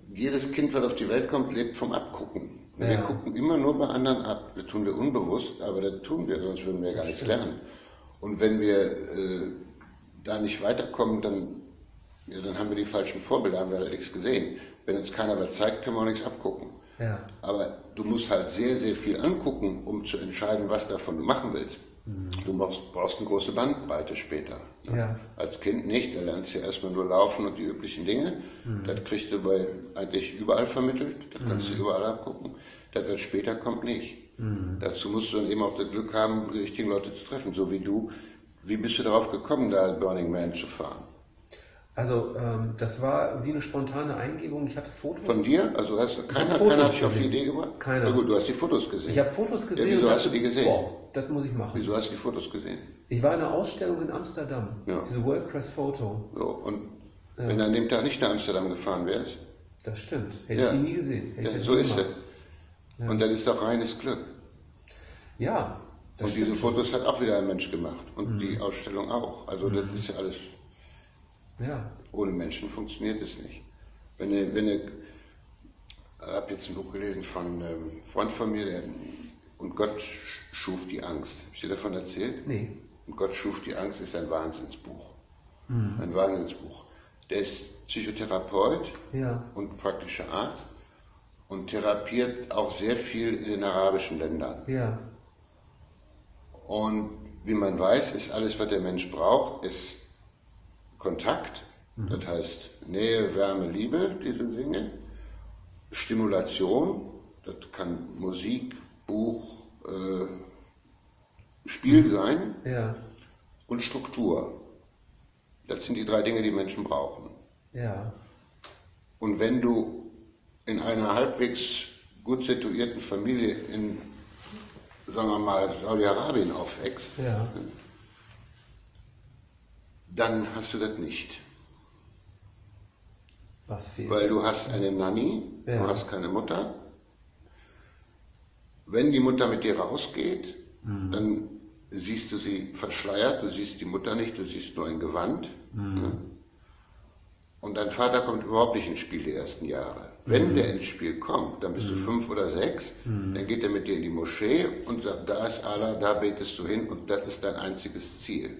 jedes Kind, was auf die Welt kommt, lebt vom Abgucken. Ja. Wir gucken immer nur bei anderen ab. Das tun wir unbewusst, aber das tun wir, sonst würden wir gar nichts lernen. Und wenn wir äh, da nicht weiterkommen, dann, ja, dann haben wir die falschen Vorbilder, haben wir halt nichts gesehen. Wenn uns keiner was zeigt, können wir auch nichts abgucken. Ja. Aber du musst halt sehr, sehr viel angucken, um zu entscheiden, was davon du machen willst. Mhm. Du brauchst, brauchst eine große Bandbreite später. Ne? Ja. Als Kind nicht, da lernst du ja erstmal nur laufen und die üblichen Dinge. Mhm. Das kriegst du bei eigentlich überall vermittelt, das kannst mhm. du überall abgucken. Das, was später kommt, nicht. Mhm. Dazu musst du dann eben auch das Glück haben, die richtigen Leute zu treffen, so wie du. Wie bist du darauf gekommen, da Burning Man zu fahren? Also ähm, das war wie eine spontane Eingebung. Ich hatte Fotos. Von dir? Also hast, keiner, keiner hat dich auf die Idee gebracht? Keiner. Na gut, du hast die Fotos gesehen. Ich habe Fotos gesehen. Ja, wieso hast du die gesehen? Wow, das muss ich machen. Wieso hast du die Fotos gesehen? Ich war in einer Ausstellung in Amsterdam. Ja. Diese World Press Photo. So, und ja. wenn du an dem Tag nicht nach Amsterdam gefahren wärst? Das stimmt. Hätte ja. ich die nie gesehen. Ja, so ist es. Ja. Und das ist doch reines Glück. Ja. Und diese Fotos hat auch wieder ein Mensch gemacht. Und mhm. die Ausstellung auch. Also mhm. das ist ja alles... Ja. Ohne Menschen funktioniert es nicht. Wenn ihr, wenn ihr, ich habe jetzt ein Buch gelesen von einem Freund von mir, der, und Gott schuf die Angst. Habe ich dir davon erzählt? Nee. Und Gott schuf die Angst ist ein Wahnsinnsbuch. Mhm. Ein Wahnsinnsbuch. Der ist Psychotherapeut ja. und praktischer Arzt und therapiert auch sehr viel in den arabischen Ländern. Ja. Und wie man weiß, ist alles, was der Mensch braucht, ist Kontakt, mhm. das heißt Nähe, Wärme, Liebe, diese Dinge. Stimulation, das kann Musik, Buch, äh, Spiel sein. Ja. Und Struktur. Das sind die drei Dinge, die Menschen brauchen. Ja. Und wenn du in einer halbwegs gut situierten Familie in, sagen wir mal, Saudi-Arabien aufwächst, ja. dann hast du das nicht. Was fehlt? Weil du hast eine Nanny, ja. du hast keine Mutter. Wenn die Mutter mit dir rausgeht, mhm. dann siehst du sie verschleiert, du siehst die Mutter nicht, du siehst nur ein Gewand. Mhm. Ne? Und dein Vater kommt überhaupt nicht ins Spiel die ersten Jahre. Wenn mhm. der ins Spiel kommt, dann bist mhm. du fünf oder sechs, mhm. dann geht er mit dir in die Moschee und sagt, da ist Allah, da betest du hin und das ist dein einziges Ziel.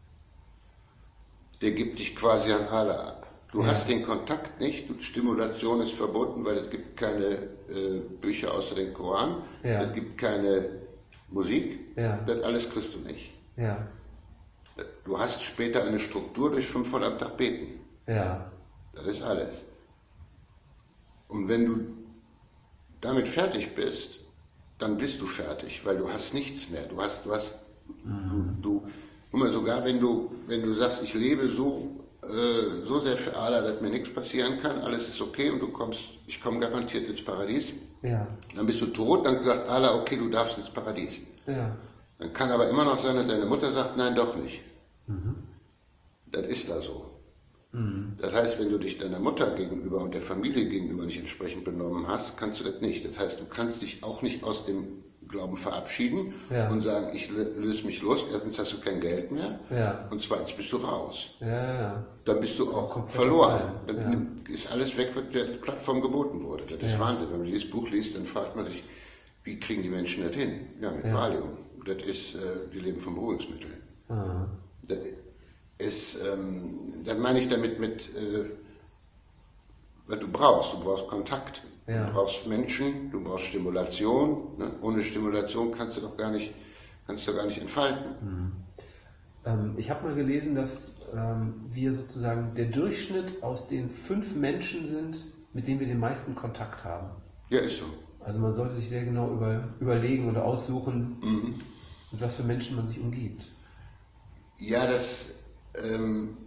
Der gibt dich quasi an Allah ab. Du ja. hast den Kontakt nicht, Stimulation ist verboten, weil es gibt keine äh, Bücher außer dem Koran, ja. es gibt keine Musik, ja. das alles kriegst du nicht. Ja. Du hast später eine Struktur durch fünfmal am Tag beten. Ja. Das ist alles. Und wenn du damit fertig bist, dann bist du fertig, weil du hast nichts mehr. Du hast, du hast, mhm. du, du guck mal, sogar wenn du, wenn du sagst, ich lebe so, äh, so sehr für Allah, dass mir nichts passieren kann, alles ist okay und du kommst, ich komme garantiert ins Paradies, ja. dann bist du tot, dann sagt Allah, okay, du darfst ins Paradies. Ja. Dann kann aber immer noch sein, dass deine Mutter sagt, nein, doch nicht. Mhm. Das ist da so. Mhm. Das heißt, wenn du dich deiner Mutter gegenüber und der Familie gegenüber nicht entsprechend benommen hast, kannst du das nicht. Das heißt, du kannst dich auch nicht aus dem Glauben verabschieden ja. und sagen, ich löse mich los. Erstens hast du kein Geld mehr ja. und zweitens bist du raus. Ja, ja. Dann bist du auch verloren. Dann ja. ist alles weg, was der Plattform geboten wurde. Das ist ja. Wahnsinn. Wenn man dieses Buch liest, dann fragt man sich, wie kriegen die Menschen das hin? Ja, mit ja. Valium. Das ist, äh, die leben von Beruhigungsmitteln. Aha. Das ist, ähm, dann meine ich damit mit, äh, was du brauchst. Du brauchst Kontakt. Ja. Du brauchst Menschen, du brauchst Stimulation. Ne? Ohne Stimulation kannst du doch gar nicht, kannst du gar nicht entfalten. Mhm. Ähm, ich habe mal gelesen, dass ähm, wir sozusagen der Durchschnitt aus den fünf Menschen sind, mit denen wir den meisten Kontakt haben. Ja, ist so. Also man sollte sich sehr genau über, überlegen oder aussuchen, mhm. mit was für Menschen man sich umgibt. Ja, das ähm,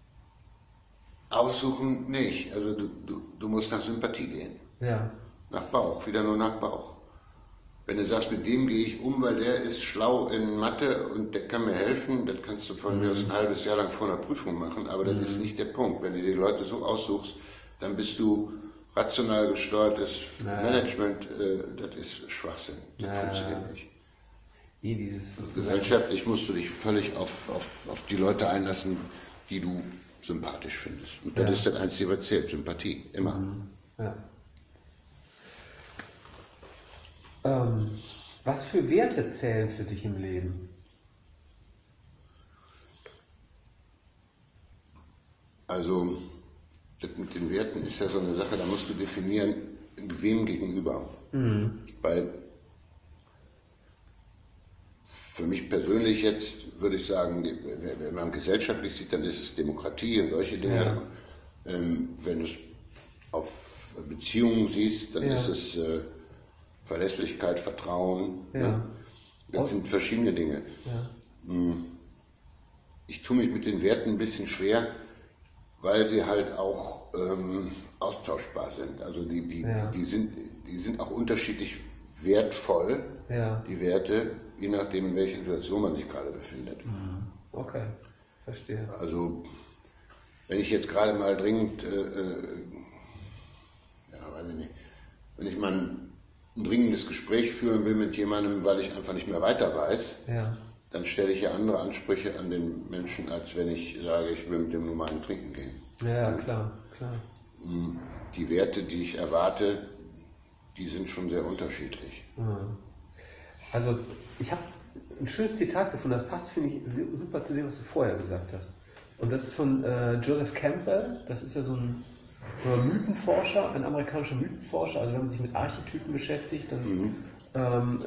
Aussuchen nicht. Also du, du, du musst nach Sympathie gehen. Ja. Nach Bauch, wieder nur nach Bauch. Wenn du sagst, mit dem gehe ich um, weil der ist schlau in Mathe und der kann mir helfen, das kannst du von mhm. mir aus ein halbes Jahr lang vor einer Prüfung machen, aber das mhm. ist nicht der Punkt. Wenn du die Leute so aussuchst, dann bist du rational gesteuertes naja. Management, äh, das ist Schwachsinn. Das naja. funktioniert nicht. Wie dieses Gesellschaftlich musst du dich völlig auf, auf, auf die Leute einlassen, die du sympathisch findest. Und das ja. ist das Einzige, was zählt, Sympathie, immer. Mhm. Ja. Ähm, was für Werte zählen für dich im Leben? Also, das mit den Werten ist ja so eine Sache, da musst du definieren, wem gegenüber. Mhm. Weil für mich persönlich jetzt würde ich sagen, wenn man gesellschaftlich sieht, dann ist es Demokratie und solche Dinge. Ja. Ähm, wenn du es auf Beziehungen siehst, dann ja. ist es äh, Verlässlichkeit, Vertrauen. Ja. Ne? Das sind verschiedene Dinge. Ja. Ich tue mich mit den Werten ein bisschen schwer, weil sie halt auch ähm, austauschbar sind. Also die, die, ja. die, die, sind, die sind auch unterschiedlich wertvoll, ja. die Werte, je nachdem, in welcher Situation man sich gerade befindet. Okay, verstehe. Also, wenn ich jetzt gerade mal dringend, äh, ja, weiß ich nicht, wenn ich mal ein, ein dringendes Gespräch führen will mit jemandem, weil ich einfach nicht mehr weiter weiß, ja. dann stelle ich ja andere Ansprüche an den Menschen, als wenn ich sage, ich will mit dem nur mal ein Trinken gehen. Ja, klar, klar. Die Werte, die ich erwarte, die sind schon sehr unterschiedlich. Also ich habe ein schönes Zitat gefunden, das passt, finde ich, super zu dem, was du vorher gesagt hast. Und das ist von äh, Joseph Campbell, das ist ja so ein äh, Mythenforscher, ein amerikanischer Mythenforscher. Also wenn man sich mit Archetypen beschäftigt, dann mhm. ähm,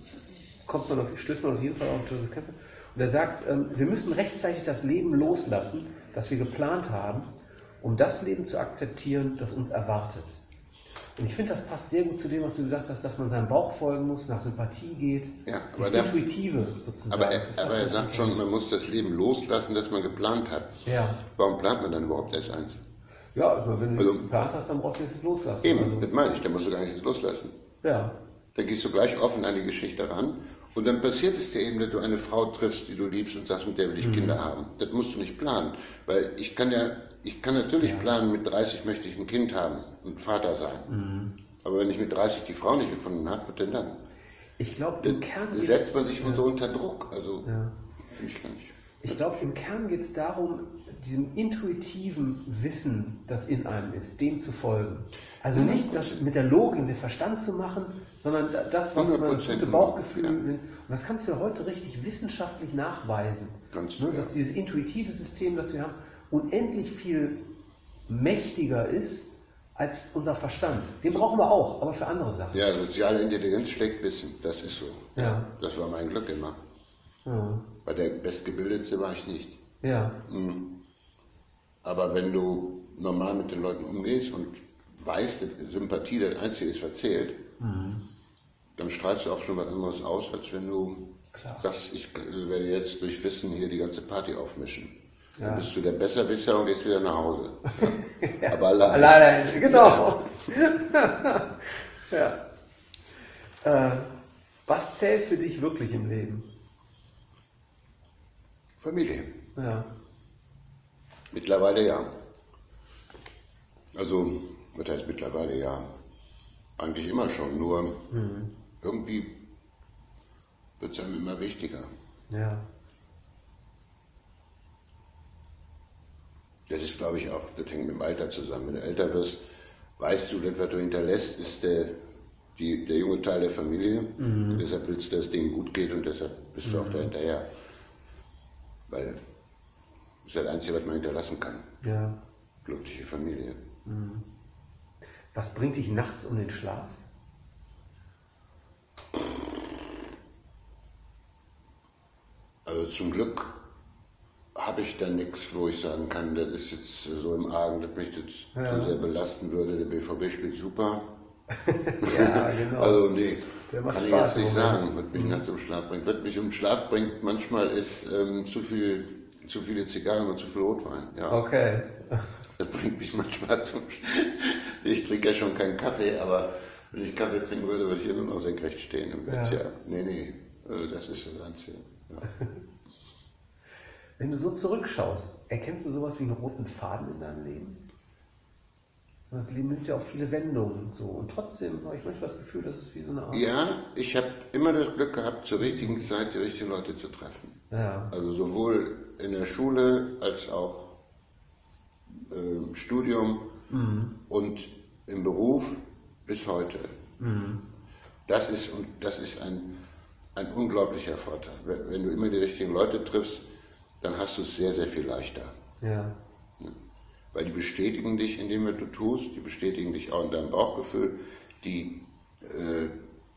kommt man auf, stößt man auf jeden Fall auf Joseph Campbell. Und er sagt, ähm, wir müssen rechtzeitig das Leben loslassen, das wir geplant haben, um das Leben zu akzeptieren, das uns erwartet. Und ich finde, das passt sehr gut zu dem, was du gesagt hast, dass man seinem Bauch folgen muss, nach Sympathie geht, ja, aber das der, Intuitive sozusagen. Aber er, aber er sagt schon, man muss das Leben loslassen, das man geplant hat. Ja. Warum plant man dann überhaupt erst eins? Ja, wenn du also, es geplant hast, dann brauchst du es loslassen. Eben, also. das meine ich, dann musst du gar nicht loslassen. Ja. Dann gehst du gleich offen an die Geschichte ran und dann passiert es dir eben, dass du eine Frau triffst, die du liebst und sagst, mit der will ich mhm. Kinder haben. Das musst du nicht planen, weil ich kann ja, ich kann natürlich ja. planen, mit dreißig möchte ich ein Kind haben und Vater sein. Mhm. Aber wenn ich mit dreißig die Frau nicht gefunden habe, was denn dann? Ich glaube, im Kern da setzt man sich ja. unter, unter Druck. Also, ja. finde ich gar nicht. Ich glaube, im Kern geht es darum, diesem intuitiven Wissen, das in einem ist, dem zu folgen. Also nicht das mit der Logik, mit dem Verstand zu machen, sondern das, was man das gute Bauchgefühl ja. Und das kannst du ja heute richtig wissenschaftlich nachweisen. Ganz, ne, dass ja. dieses intuitive System, das wir haben, unendlich viel mächtiger ist als unser Verstand. Den brauchen wir auch, aber für andere Sachen. Ja, soziale Intelligenz steckt Wissen, das ist so. Ja. Das war mein Glück immer. Ja. Weil der Bestgebildetste war ich nicht. Ja. Mhm. Aber wenn du normal mit den Leuten umgehst und weißt, dass Sympathie das Einzige ist, was zählt, mhm. dann strahlst du auch schon was anderes aus, als wenn du Klar. sagst, ich werde jetzt durch Wissen hier die ganze Party aufmischen. Ja. Dann bist du der Besserwisser und gehst wieder nach Hause. Ja. ja. Aber allein. Allein, genau. Ja. ja. Äh, was zählt für dich wirklich im Leben? Familie. Ja. Mittlerweile ja. Also, was heißt mittlerweile ja? Eigentlich immer schon, nur mhm. irgendwie wird es einem immer wichtiger. Ja. Das ist, glaube ich, auch, das hängt mit dem Alter zusammen. Wenn du älter wirst, weißt du, das, was du hinterlässt, ist der, die, der junge Teil der Familie. Mhm. Deshalb willst du, dass es denen gut geht und deshalb bist du mhm. auch da hinterher. Weil das ist das Einzige, was man hinterlassen kann. Ja. Glückliche Familie. Mhm. Was bringt dich nachts um den Schlaf? Also zum Glück habe ich da nichts, wo ich sagen kann, das ist jetzt so im Argen, dass mich das ja. zu sehr belasten würde. Der B V B spielt super. Ja, genau. Also nee, kann Spaß ich jetzt nicht sagen, was mich mhm. nachts um Schlaf bringt. Was mich um Schlaf bringt manchmal ist ähm, zu viel, zu viele Zigarren und zu viel Rotwein. Ja. Okay. Das bringt mich manchmal zum Schlaf. Ich trinke ja schon keinen Kaffee, aber wenn ich Kaffee trinken würde, würde ich hier nur noch senkrecht stehen im Bett. Ja. Ja. Nee, nee, das ist das Einzige. Ja. Wenn du so zurückschaust, erkennst du sowas wie einen roten Faden in deinem Leben? Das Leben nimmt ja auch viele Wendungen so. Und trotzdem habe ich manchmal das Gefühl, dass es wie so eine Art... Ja, ich habe immer das Glück gehabt, zur richtigen Zeit die richtigen Leute zu treffen. Ja. Also sowohl in der Schule als auch äh, im Studium. Mhm. Und im Beruf bis heute. Mhm. Das ist, das ist ein, ein unglaublicher Vorteil. Wenn du immer die richtigen Leute triffst, dann hast du es sehr, sehr viel leichter. Ja. Weil die bestätigen dich in dem, was du tust, die bestätigen dich auch in deinem Bauchgefühl, die äh,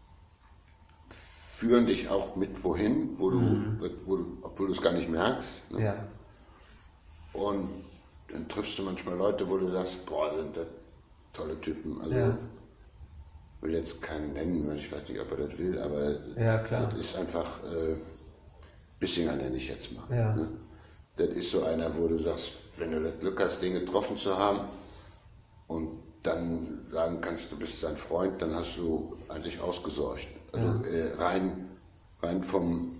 führen dich auch mit wohin, wo du, mhm. wo du, obwohl du es gar nicht merkst. Ne? Ja. Und dann triffst du manchmal Leute, wo du sagst, boah, sind das tolle Typen. Also ja. ich will jetzt keinen nennen, ich weiß nicht, ob er das will, aber ja, klar. das ist einfach, äh, Bissinger nenne ich jetzt mal. Ja. Ne? Das ist so einer, wo du sagst, wenn du das Glück hast, den getroffen zu haben und dann sagen kannst, du bist sein Freund, dann hast du eigentlich ausgesorgt. Also ja. äh, rein, rein vom,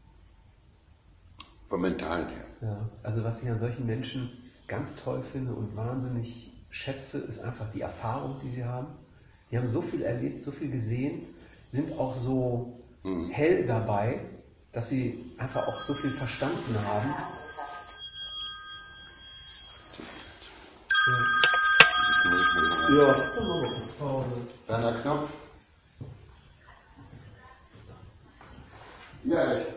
vom Mentalen her. Ja. Also was ich an solchen Menschen ganz toll finde und wahnsinnig schätze, ist einfach die Erfahrung, die sie haben. Die haben so viel erlebt, so viel gesehen, sind auch so mhm. hell dabei, dass sie einfach auch so viel verstanden haben. Ja. Deiner Knopf. Ja, echt.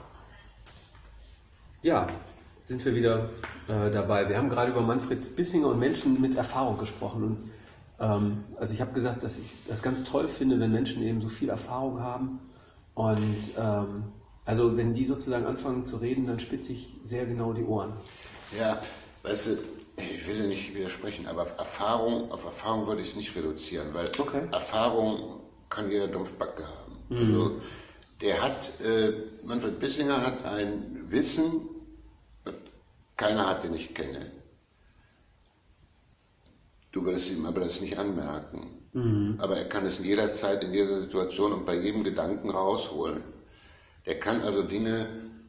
Ja, sind wir wieder äh, dabei. Wir haben gerade über Manfred Bissinger und Menschen mit Erfahrung gesprochen. Und ähm, also ich habe gesagt, dass ich das ganz toll finde, wenn Menschen eben so viel Erfahrung haben. Und ähm, also wenn die sozusagen anfangen zu reden, dann spitze ich sehr genau die Ohren. Ja, weißt du, ich will dir nicht widersprechen, aber auf Erfahrung, auf Erfahrung würde ich es nicht reduzieren, weil okay. Erfahrung kann jeder Dumpfbacke haben. Mhm. Also, der hat, äh, Manfred Bissinger hat ein Wissen, das keiner hat, den ich kenne. Du würdest ihm aber das nicht anmerken. Mhm. Aber er kann es in jeder Zeit, in jeder Situation und bei jedem Gedanken rausholen. Der kann also Dinge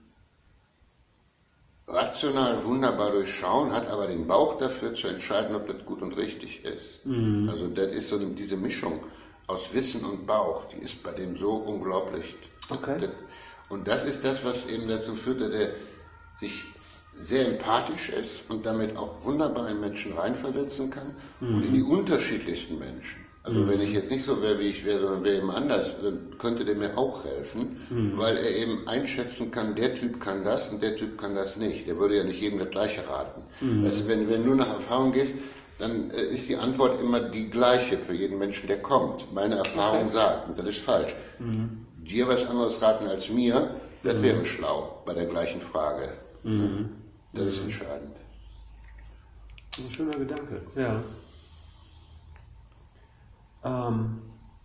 rational wunderbar durchschauen, hat aber den Bauch dafür zu entscheiden, ob das gut und richtig ist. Mhm. Also das ist so diese Mischung aus Wissen und Bauch, die ist bei dem so unglaublich. Okay. Das, und das ist das, was eben dazu führt, dass er sich sehr empathisch ist und damit auch wunderbar in Menschen reinversetzen kann mhm. und in die unterschiedlichsten Menschen. Also mhm. wenn ich jetzt nicht so wäre, wie ich wäre, sondern wäre eben anders, dann könnte der mir auch helfen, mhm. weil er eben einschätzen kann, der Typ kann das und der Typ kann das nicht. Der würde ja nicht jedem das Gleiche raten. Mhm. Weißt du, wenn, wenn du nur nach Erfahrung gehst, dann äh, ist die Antwort immer die gleiche für jeden Menschen, der kommt. Meine Erfahrung okay. sagt, und das ist falsch. Mhm. Dir was anderes raten als mir, das mhm. wäre schlau bei der gleichen Frage. Mhm. Das ist entscheidend. Ein schöner Gedanke, ja. Ähm,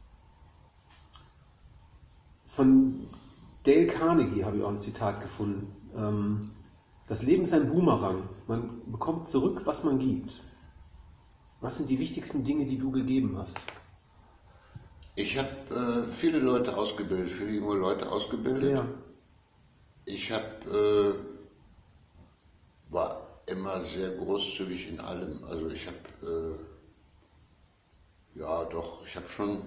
von Dale Carnegie habe ich auch ein Zitat gefunden. Ähm, das Leben ist ein Boomerang. Man bekommt zurück, was man gibt. Was sind die wichtigsten Dinge, die du gegeben hast? Ich habe äh, viele Leute ausgebildet, viele junge Leute ausgebildet. Ja. Ich habe äh, war immer sehr großzügig in allem. Also ich habe äh, ja doch, ich habe schon,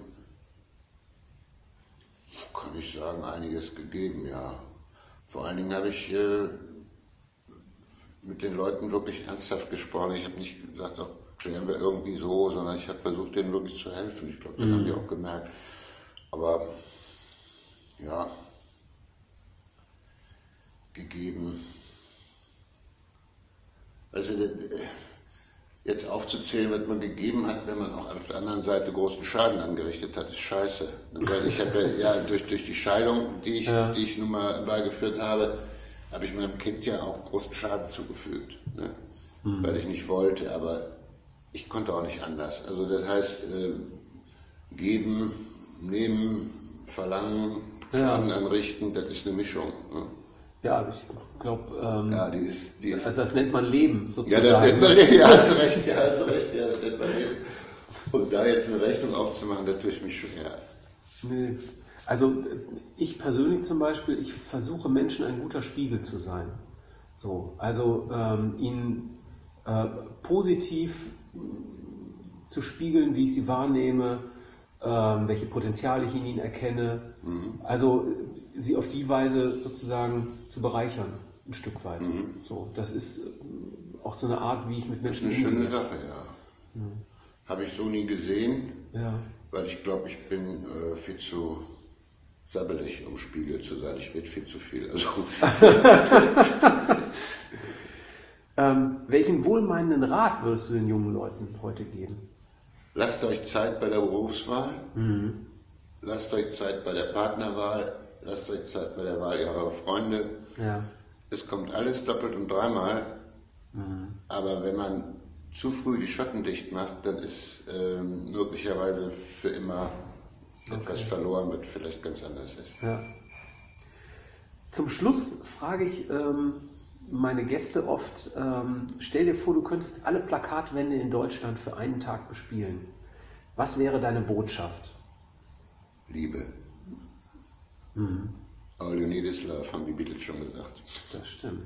kann ich sagen, einiges gegeben, ja. Vor allen Dingen habe ich äh, mit den Leuten wirklich ernsthaft gesprochen. Ich habe nicht gesagt, doch, klären wir irgendwie so, sondern ich habe versucht, denen wirklich zu helfen. Ich glaube, das mhm. haben die auch gemerkt. Aber ja, gegeben. Also jetzt aufzuzählen, was man gegeben hat, wenn man auch auf der anderen Seite großen Schaden angerichtet hat, ist scheiße. Weil ich habe ja, ja durch, durch die Scheidung, die ich, ja. die ich nun mal beigeführt habe, habe ich meinem Kind ja auch großen Schaden zugefügt. Ne? Mhm. Weil ich nicht wollte, aber ich konnte auch nicht anders. Also das heißt, äh, geben, nehmen, verlangen, Schaden ja. anrichten, das ist eine Mischung. Ne? Ja, ich glaube, ähm, ja, die ist, die ist, also das nennt man Leben sozusagen. Ja, das nennt man Leben, ja, hast du recht, ja, hast du recht, ja, das nennt man Leben. Und da jetzt eine Rechnung aufzumachen, das tue ich mich schon, ja. Nee. Also ich persönlich zum Beispiel, ich versuche Menschen ein guter Spiegel zu sein. So, also ähm, ihnen äh, positiv zu spiegeln, wie ich sie wahrnehme, ähm, welche Potenziale ich in ihnen erkenne. Mhm. Also sie auf die Weise sozusagen zu bereichern, ein Stück weit. Mhm. So, das ist auch so eine Art, wie ich mit Menschen umgehe. Das ist eine schöne Sache, ja. Mhm. habe ich so nie gesehen, ja. weil ich glaube, ich bin äh, viel zu sabbelig, um Spiegel zu sein. Ich rede viel zu viel. Also ähm, welchen wohlmeinenden Rat würdest du den jungen Leuten heute geben? Lasst euch Zeit bei der Berufswahl, Mhm. lasst euch Zeit bei der Partnerwahl, lasst euch Zeit bei der Wahl ihrer Freunde. Ja. Es kommt alles doppelt und dreimal, Mhm. aber wenn man zu früh die Schotten dicht macht, dann ist ähm, möglicherweise für immer etwas Okay. verloren, wird vielleicht ganz anders ist. Ja. Zum Schluss frage ich ähm, meine Gäste oft, ähm, stell dir vor, du könntest alle Plakatwände in Deutschland für einen Tag bespielen. Was wäre deine Botschaft? Liebe. Mhm. All you need is love, haben die Beatles schon gesagt. Das stimmt.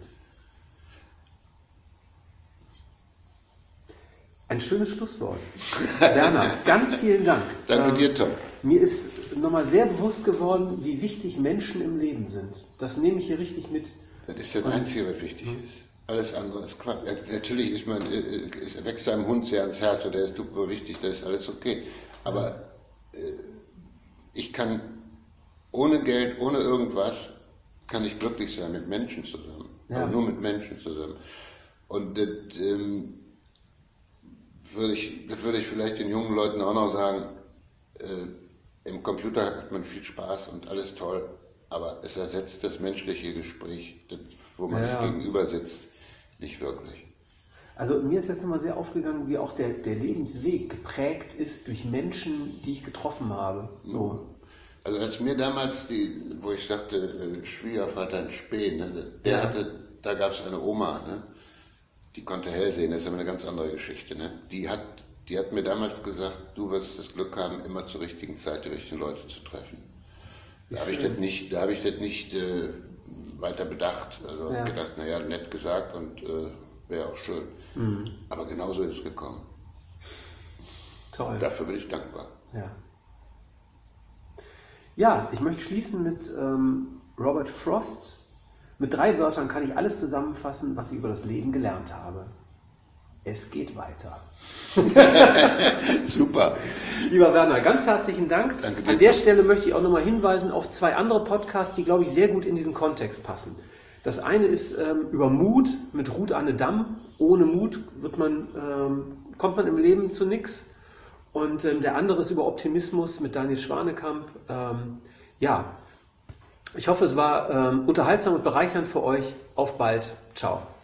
Ein schönes Schlusswort. Werner, ganz vielen Dank. Danke Ähm, dir, Tom. Mir ist nochmal sehr bewusst geworden, wie wichtig Menschen im Leben sind. Das nehme ich hier richtig mit. Das ist das Einzige, was wichtig ist. Alles andere ist Quatsch. Natürlich ist man, es wächst einem Hund sehr ans Herz oder der ist super wichtig, das ist alles okay. Aber äh, ich kann ohne Geld, ohne irgendwas, kann ich glücklich sein mit Menschen zusammen. Ja. Aber nur mit Menschen zusammen. Und das ähm, würde ich, das würde ich vielleicht den jungen Leuten auch noch sagen, äh, im Computer hat man viel Spaß und alles toll. Aber es ersetzt das menschliche Gespräch, das, wo man Ja, sich ja. gegenüber sitzt, nicht wirklich. Also mir ist jetzt nochmal sehr aufgegangen, wie auch der, der Lebensweg geprägt ist durch Menschen, die ich getroffen habe. So. Also als mir damals, die, wo ich sagte, äh, Schwiegervater in Spee, ne, der Ja. hatte, da gab es eine Oma, ne, die konnte hell sehen, das ist aber eine ganz andere Geschichte. Ne. Die hat, die hat mir damals gesagt, du wirst das Glück haben, immer zur richtigen Zeit die richtigen Leute zu treffen. Da habe ich das nicht, da habe ich das nicht äh, weiter bedacht. Also Ja. gedacht, naja, nett gesagt und äh, wäre auch schön. Mhm. Aber genauso ist es gekommen. Toll. Dafür bin ich dankbar. Ja. Ja, ich möchte schließen mit ähm, Robert Frost. Mit drei Wörtern kann ich alles zusammenfassen, was ich über das Leben gelernt habe. Es geht weiter. Super. Lieber Werner, ganz herzlichen Dank. Danke dir. An der Stelle möchte ich auch nochmal hinweisen auf zwei andere Podcasts, die, glaube ich, sehr gut in diesen Kontext passen. Das eine ist ähm, über Mut mit Ruth Anne Damm. Ohne Mut wird man, ähm, kommt man im Leben zu nichts. Und ähm, der andere ist über Optimismus mit Daniel Schwanekamp. Ähm, ja, ich hoffe, es war ähm, unterhaltsam und bereichernd für euch. Auf bald. Ciao.